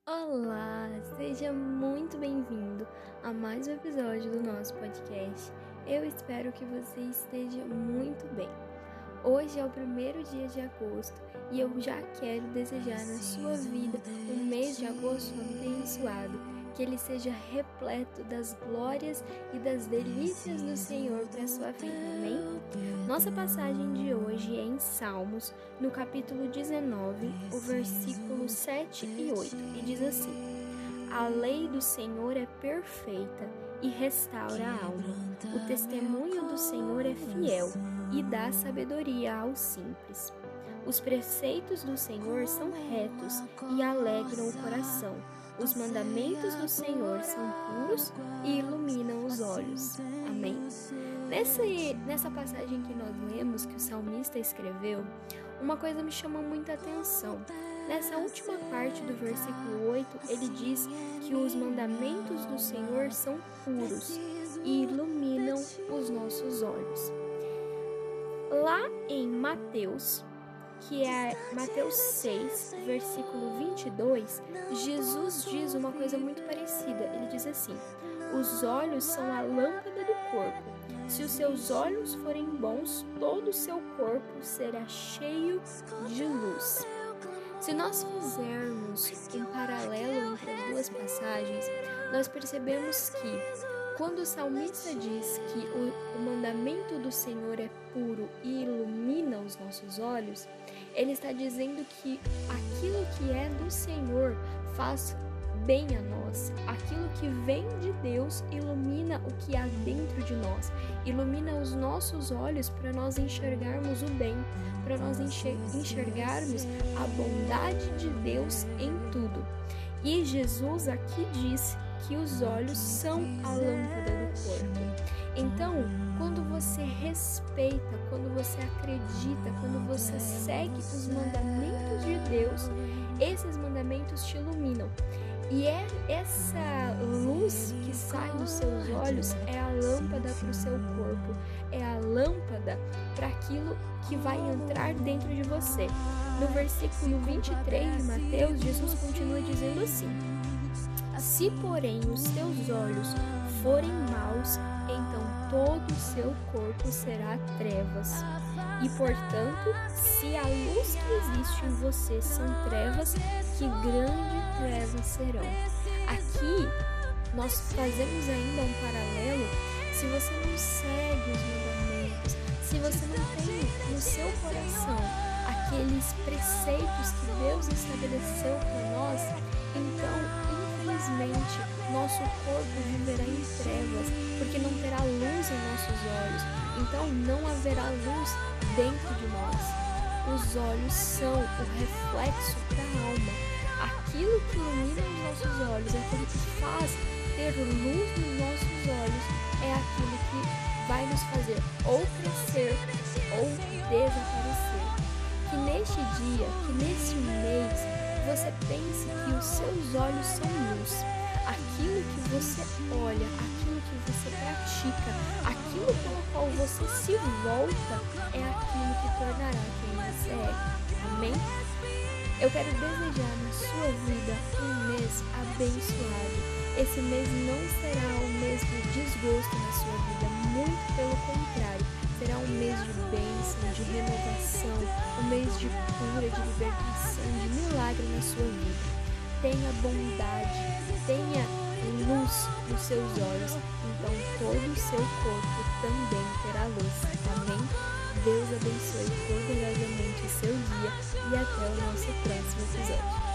Olá, seja muito bem-vindo a mais um episódio do nosso podcast. Eu espero que você esteja muito bem. Hoje é o primeiro dia de agosto e eu já quero desejar na sua vida um mês de agosto abençoado, que ele seja repleto das glórias e das delícias do Senhor para a sua vida, amém? Nossa passagem de hoje é em Salmos, no capítulo 19, o versículo 7 e 8, e diz assim: A lei do Senhor é perfeita e restaura a alma. O testemunho do Senhor é fiel e dá sabedoria aos simples. Os preceitos do Senhor são retos e alegram o coração. Os mandamentos do Senhor são puros e iluminam os olhos. Amém? Nessa passagem que nós lemos, que o salmista escreveu, uma coisa me chamou muita atenção. Nessa última parte do versículo 8, ele diz que os mandamentos do Senhor são puros e iluminam os nossos olhos. Lá em Mateus, que é Mateus 6, versículo 22, Jesus diz uma coisa muito parecida. Ele diz assim: os olhos são a lâmpada do corpo. Se os seus olhos forem bons, todo o seu corpo será cheio de luz. Se nós fizermos um paralelo entre as duas passagens, nós percebemos que quando o salmista diz que o mandamento do Senhor é puro e ilumina os nossos olhos, ele está dizendo que aquilo que é do Senhor faz bem a nós. Aquilo que vem de Deus ilumina o que há dentro de nós, ilumina os nossos olhos para nós enxergarmos o bem, para nós enxergarmos a bondade de Deus em tudo. E Jesus aqui diz que os olhos são a lâmpada do corpo. Então, quando você respeita, quando você acredita, quando você segue os mandamentos de Deus, esses mandamentos te iluminam. E essa luz que sai dos seus olhos é a lâmpada para o seu corpo, é a lâmpada para aquilo que vai entrar dentro de você. No versículo 23 de Mateus, Jesus continua dizendo assim: se, porém, os teus olhos forem maus, então todo o seu corpo será trevas. E, portanto, se a luz que existe em você são trevas, que grandes trevas serão. Aqui, nós fazemos ainda um paralelo. Se você não segue os mandamentos, se você não tem no seu coração aqueles preceitos que Deus estabeleceu para nós, então, infelizmente, nosso corpo viverá em trevas, porque não terá luz em nossos olhos. Então, não haverá luz dentro de nós. Os olhos são o reflexo da alma. Aquilo que ilumina os nossos olhos, aquilo que faz ter luz nos nossos olhos, é aquilo que vai nos fazer ou crescer ou desaparecer. Que neste dia, que neste mês, você pense que os seus olhos são luz. Aquilo que você olha, aquilo que você pratica, aquilo pelo qual você se volta, é aquilo que tornará quem você é. Amém? Eu quero desejar na sua vida um mês abençoado. Esse mês não será um mês de desgosto na sua vida, muito pelo contrário. Será um mês de bênção, de renovação, um mês de cura, de libertação, de milagre na sua vida. Tenha bondade, tenha luz nos seus olhos, então todo o seu corpo também terá luz. Amém? Deus abençoe poderosamente o seu dia e até o nosso próximo episódio.